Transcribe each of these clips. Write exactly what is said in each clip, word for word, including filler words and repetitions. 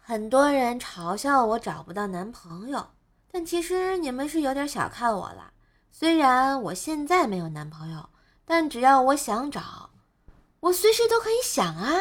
很多人嘲笑我找不到男朋友，但其实你们是有点小看我了。虽然我现在没有男朋友，但只要我想找，我随时都可以想啊。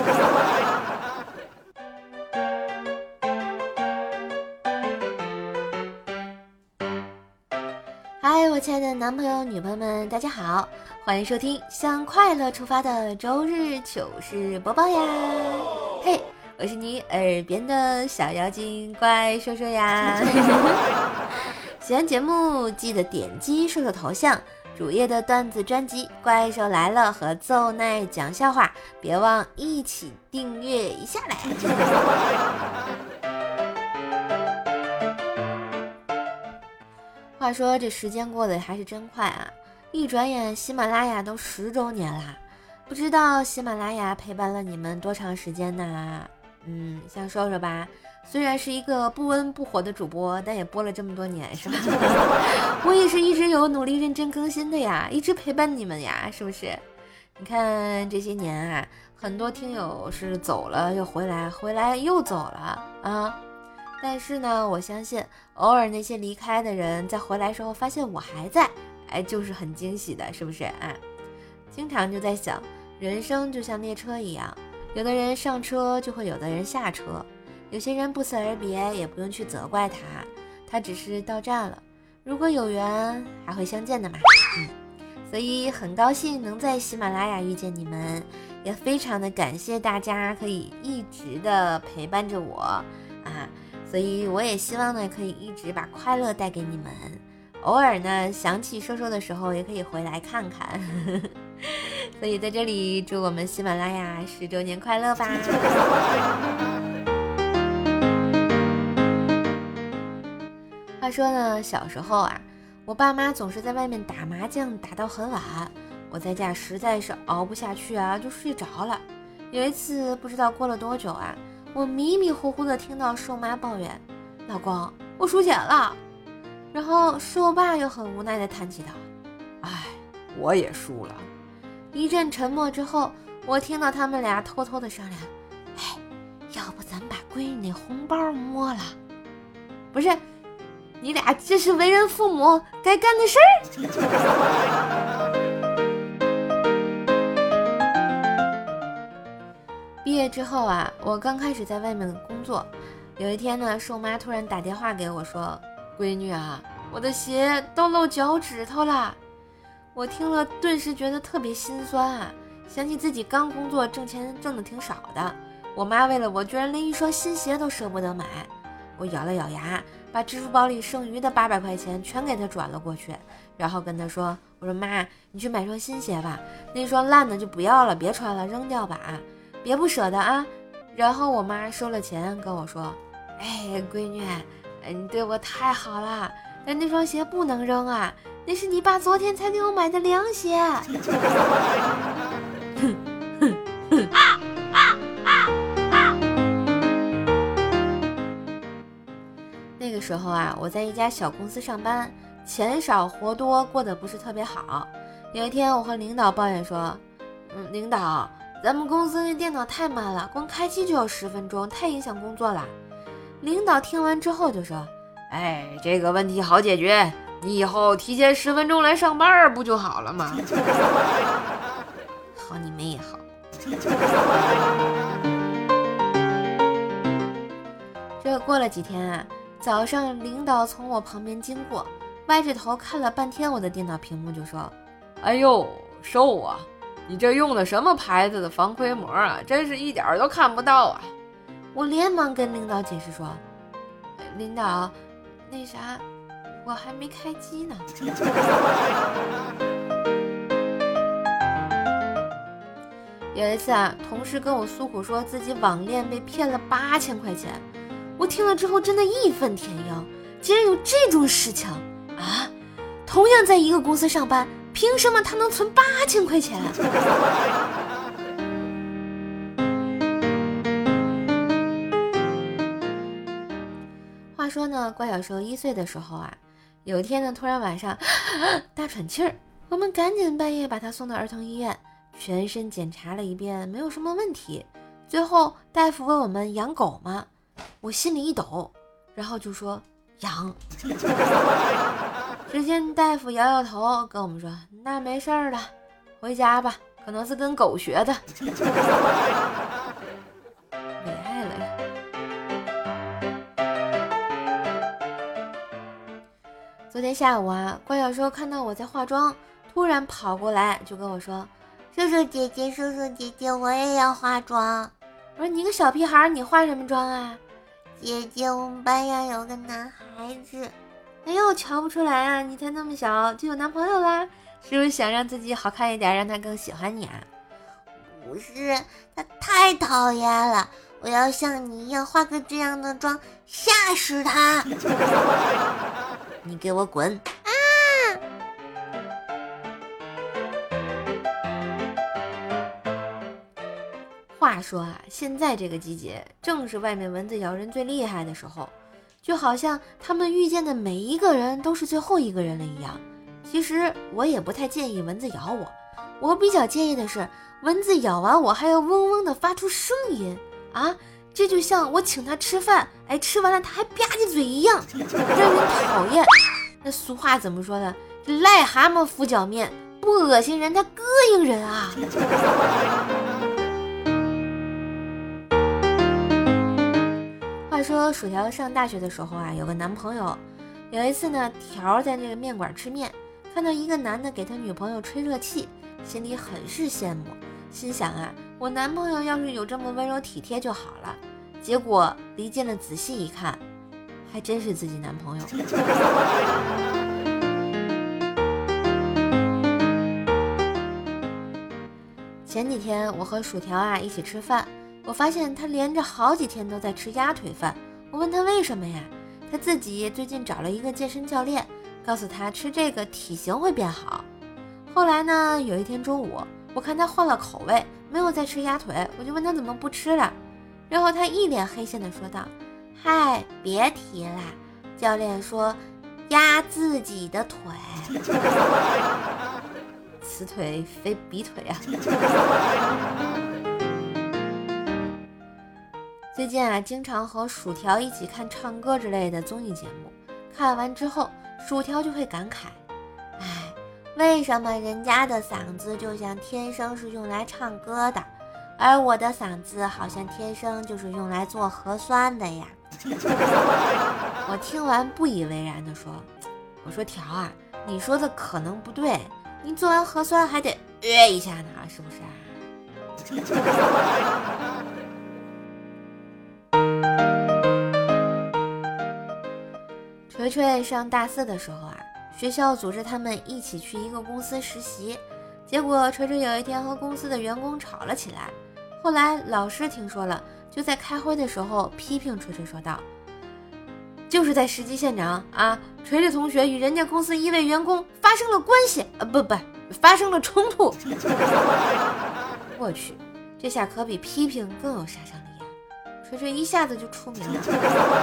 嗨，我亲爱的男朋友女朋友们，大家好，欢迎收听向快乐出发的周日糗事播报呀。嘿，我是你耳边的小妖精怪兽兽呀。喜欢节目记得点击兽兽头像，主页的段子专辑怪兽来了和奏奈讲笑话，别忘一起订阅一下来。话说这时间过得还是真快啊，一转眼喜马拉雅都十周年啦，不知道喜马拉雅陪伴了你们多长时间呢？嗯，想说说吧，虽然是一个不温不火的主播，但也播了这么多年，是吧？我也是一直有努力认真更新的呀，一直陪伴你们呀，是不是？你看这些年啊，很多听友是走了又回来，回来又走了啊。但是呢，我相信偶尔那些离开的人在回来时候发现我还在，哎，就是很惊喜的，是不是啊？经常就在想，人生就像列车一样，有的人上车就会有的人下车，有些人不辞而别也不用去责怪他，他只是到站了，如果有缘还会相见的嘛。嗯，所以很高兴能在喜马拉雅遇见你们，也非常的感谢大家可以一直的陪伴着我啊。所以我也希望呢，可以一直把快乐带给你们。偶尔呢，想起瘦瘦的时候，也可以回来看看。所以在这里祝我们喜马拉雅十周年快乐吧！话说呢，小时候啊，我爸妈总是在外面打麻将，打到很晚，我在家实在是熬不下去啊，就睡着了。有一次，不知道过了多久啊。我迷迷糊糊的听到瘦妈抱怨：“老公，我输钱了。”然后瘦爸又很无奈的叹气道：“哎，我也输了。”一阵沉默之后，我听到他们俩偷偷的商量：“哎，要不咱把闺女那红包摸了？不是，你俩这是为人父母该干的事儿。”毕业之后啊，我刚开始在外面工作。有一天呢，瘦妈突然打电话给我说：“闺女啊，我的鞋都露脚趾头了。”我听了顿时觉得特别心酸啊，想起自己刚工作挣钱挣得挺少的，我妈为了我居然连一双新鞋都舍不得买。我咬了咬牙，把支付宝里剩余的八百块钱全给她转了过去，然后跟她说：“我说妈，你去买双新鞋吧，那双烂的就不要了，别穿了，扔掉吧。别不舍得啊。”然后我妈收了钱跟我说：“哎，闺女，你对我太好了，但那双鞋不能扔啊，那是你爸昨天才给我买的凉鞋。”那个时候啊，我在一家小公司上班，钱少活多，过得不是特别好。有一天我和领导抱怨说：“嗯，领导，咱们公司那电脑太慢了，光开机就要十分钟，太影响工作了。”领导听完之后就说：“哎，这个问题好解决，你以后提前十分钟来上班不就好了吗？”好你们也好。这过了几天啊，早上领导从我旁边经过，歪着头看了半天我的电脑屏幕就说：“哎呦，瘦啊，你这用的什么牌子的防窥膜啊？真是一点都看不到啊！”我连忙跟领导解释说：“领导，那啥，我还没开机呢。”有一次啊，同事跟我诉苦说自己网恋被骗了八千块钱，我听了之后真的义愤填膺，竟然有这种事情啊！同样在一个公司上班，凭什么他能存八千块钱？话说呢，怪小兽一岁的时候啊，有一天呢，突然晚上大喘气儿，我们赶紧半夜把他送到儿童医院，全身检查了一遍，没有什么问题。最后大夫问我们养狗吗？ 我心里一抖，然后就说痒。只见大夫摇摇头跟我们说，那没事儿了，回家吧，可能是跟狗学的。危害了呀。昨天下午啊，怪小兽看到我在化妆，突然跑过来就跟我说，叔叔姐姐叔叔姐姐，我也要化妆。我说你个小屁孩，你化什么妆啊？姐姐，我们班上有个男孩子。哎呦，瞧不出来啊，你才那么小就有男朋友啦？是不是想让自己好看一点，让他更喜欢你啊？不是，他太讨厌了，我要像你一样化个这样的妆，吓死他。你给我滚啊！话说啊，现在这个季节正是外面蚊子咬人最厉害的时候，就好像他们遇见的每一个人都是最后一个人了一样。其实我也不太介意蚊子咬我，我比较介意的是蚊子咬完我还要嗡嗡的发出声音啊，这就像我请他吃饭，哎，吃完了他还吧唧嘴一样，让人讨厌。那俗话怎么说的？癞蛤蟆敷脚面，不恶心人他膈应人啊。话说薯条上大学的时候啊，有个男朋友。有一次呢，条在这个面馆吃面，看到一个男的给他女朋友吹热气，心里很是羡慕，心想啊，我男朋友要是有这么温柔体贴就好了。结果离近了仔细一看，还真是自己男朋友。前几天我和薯条啊一起吃饭，我发现他连着好几天都在吃鸭腿饭。我问他为什么呀？他自己最近找了一个健身教练，告诉他吃这个体型会变好。后来呢，有一天中午，我看他换了口味，没有再吃鸭腿，我就问他怎么不吃了。然后他一脸黑线的说道，嗨，别提了，教练说压自己的腿。此腿非彼腿啊。最近啊，经常和薯条一起看唱歌之类的综艺节目，看完之后薯条就会感慨，哎，为什么人家的嗓子就像天生是用来唱歌的，而我的嗓子好像天生就是用来做核酸的呀。我听完不以为然地说，我说条啊，你说的可能不对，你做完核酸还得呃一下呢，是不是啊？锤锤上大四的时候啊，学校组织他们一起去一个公司实习，结果锤锤有一天和公司的员工吵了起来，后来老师听说了，就在开会的时候批评锤锤说道，就是在实际现场啊，锤锤同学与人家公司一位员工发生了关系啊，不不发生了冲突。我去，这下可比批评更有杀伤力啊，锤锤一下子就出名了。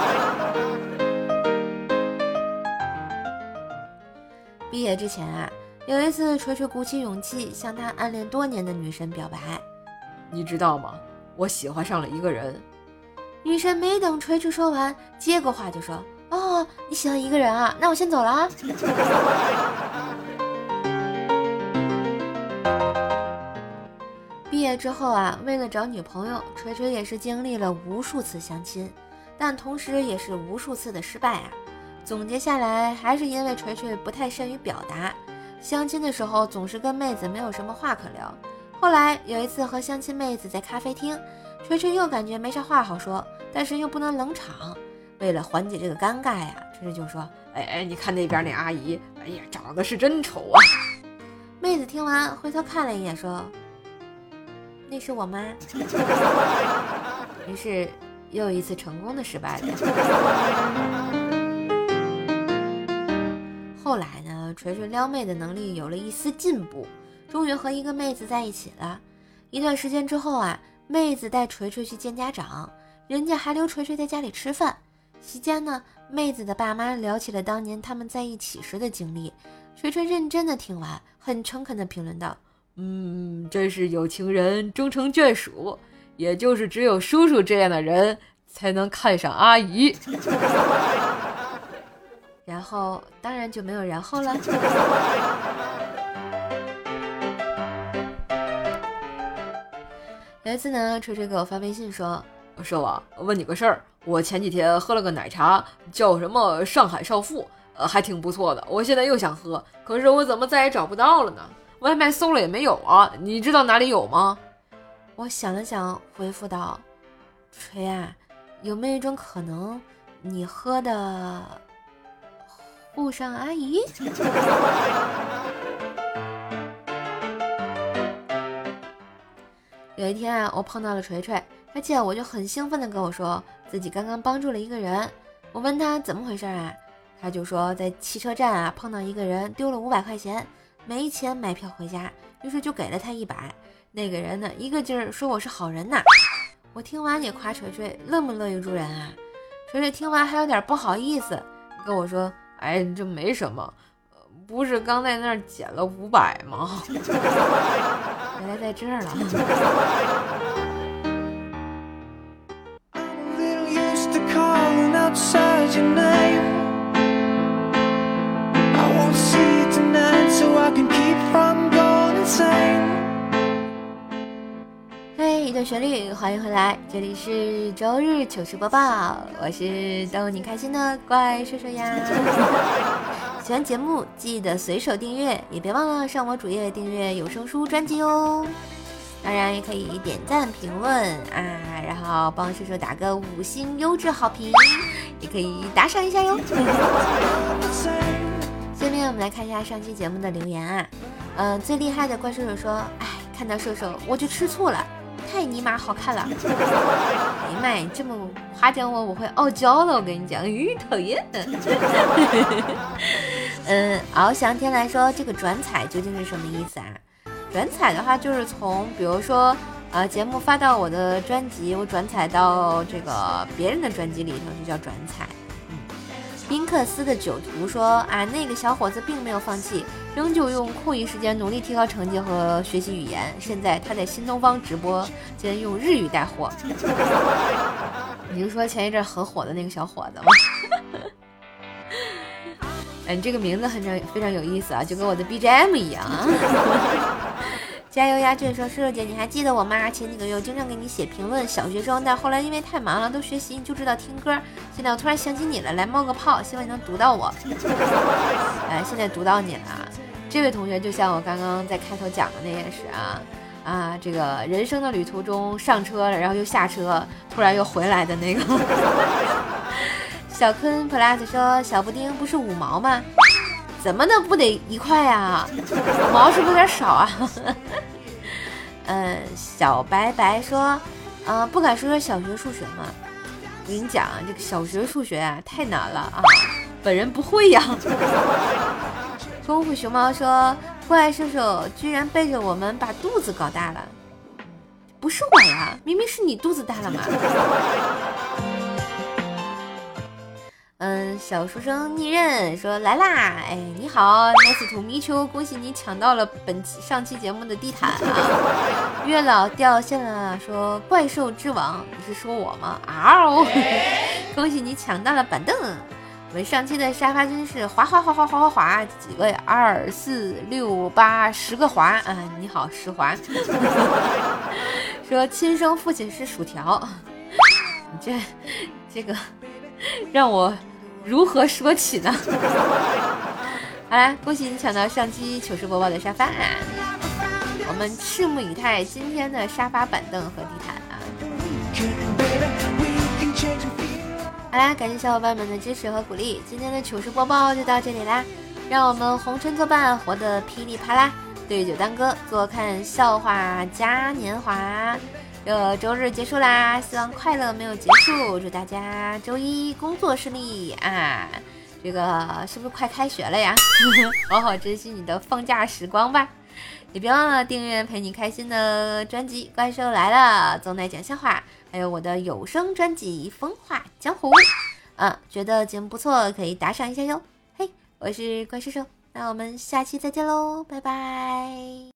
毕业之前啊，有一次锤锤鼓起勇气向他暗恋多年的女神表白， 你知道吗？我喜欢上了一个人。 女神没等锤锤说完，接过话就说，哦，你喜欢一个人啊，那我先走了啊。毕业之后啊，为了找女朋友，锤锤也是经历了无数次相亲，但同时也是无数次的失败啊。总结下来，还是因为锤锤不太善于表达，相亲的时候总是跟妹子没有什么话可聊。后来有一次和相亲妹子在咖啡厅，锤锤又感觉没啥话好说，但是又不能冷场，为了缓解这个尴尬呀，锤锤就说， 哎哎，你看那边那阿姨，哎呀，长得是真丑啊。 妹子听完回头看了一眼说，那是我妈。于是又一次成功的失败了。后来呢，锤锤撩妹的能力有了一丝进步，终于和一个妹子在一起了。一段时间之后啊，妹子带锤锤去见家长，人家还留锤锤在家里吃饭。期间呢，妹子的爸妈聊起了当年他们在一起时的经历。锤锤认真的听完，很诚恳的评论道， 嗯，真是有情人终成眷属，也就是只有叔叔这样的人才能看上阿姨。 然后当然就没有然后了。有一次呢，锤锤给我发微信说， 瘦啊，问你个事儿，我前几天喝了个奶茶，叫什么上海少妇，呃，还挺不错的，我现在又想喝，可是我怎么再也找不到了呢？外卖搜了也没有啊，你知道哪里有吗？ 我想了想回复道，锤啊，有没有一种可能你喝的沪上阿姨？有一天啊，我碰到了锤锤，他见我就很兴奋地跟我说自己刚刚帮助了一个人。我问他怎么回事啊，他就说在汽车站啊碰到一个人丢了五百块钱，没钱买票回家，于是就给了他一百。那个人呢一个劲儿说我是好人呐。我听完也夸锤锤乐不乐于助人啊。锤锤听完还有点不好意思，跟我说，哎，这没什么，不是刚在那儿捡了五百吗？原来在这儿了。嘿，一段旋律，欢迎回来，这里是周日糗事播报，我是逗你开心的怪兽兽呀。喜欢节目记得随手订阅，也别忘了上我主页订阅有声书专辑哦。当然也可以点赞评论啊，然后帮兽兽打个五星优质好评，也可以打赏一下哟。下面我们来看一下上期节目的留言啊。嗯、呃，最厉害的怪兽兽说，哎，看到兽兽我就吃醋了，太尼玛好看了。哎呀妈呀，这么夸奖我，我会傲娇了，我跟你讲，咦，讨厌。嗯，翱翔天来说，这个转采究竟是什么意思啊？转采的话，就是从比如说，呃，节目发到我的专辑，我转采到这个别人的专辑里头，就叫转采。嗯，宾克斯的酒徒说啊，那个小伙子并没有放弃，仍旧用空余时间努力提高成绩和学习语言。现在他在新东方直播，竟然用日语带货。你是说前一阵很火的那个小伙子吗？哎，你这个名字很常非常有意思啊，就跟我的 B G M 一样啊。加油呀！这说，瘦瘦姐，你还记得我妈前几个月我经常给你写评论，小学生，但后来因为太忙了，都学习，你就知道听歌。现在我突然想起你了，来冒个泡，希望你能读到我。哎，现在读到你了，这位同学就像我刚刚在开头讲的那件事啊啊，这个人生的旅途中上车了，然后又下车，突然又回来的那个。小坤 plus 说，小布丁不是五毛吗？怎么的不得一块啊？五毛是不是有点少啊？嗯，小白白说，呃，不敢说说小学数学吗？我跟你讲，这个小学数学啊太难了啊，本人不会呀。功夫熊猫说，怪兽兽居然背着我们把肚子搞大了，不是我呀，明明是你肚子大了嘛。嗯，小书生逆刃说，来啦，哎，你好 ，nice to meet you，恭喜你抢到了本期上期节目的地毯啊！月老掉线了，说怪兽之王，你是说我吗？啊哦，恭喜你抢到了板凳。我们上期的沙发真是滑滑滑滑滑滑滑，几个呀？二四六八十个滑啊！你好，石滑。说亲生父亲是薯条，你这这个让我如何说起呢？好啦，恭喜你抢到上期糗事播报的沙发啊！我们拭目以待今天的沙发板凳和地毯啊！好啦，感谢小伙伴们的支持和鼓励，今天的糗事播报就到这里啦！让我们红尘作伴，活得噼里啪啦，对酒当歌，坐看笑话嘉年华。这周日结束啦，希望快乐没有结束，祝大家周一工作顺利啊！这个是不是快开学了呀？好好珍惜你的放假时光吧，也别忘了订阅陪你开心的专辑《怪兽来了》，宗奶讲笑话，还有我的有声专辑《风化江湖》啊，觉得节目不错可以打赏一下哟。嘿，我是怪兽兽，那我们下期再见喽，拜拜。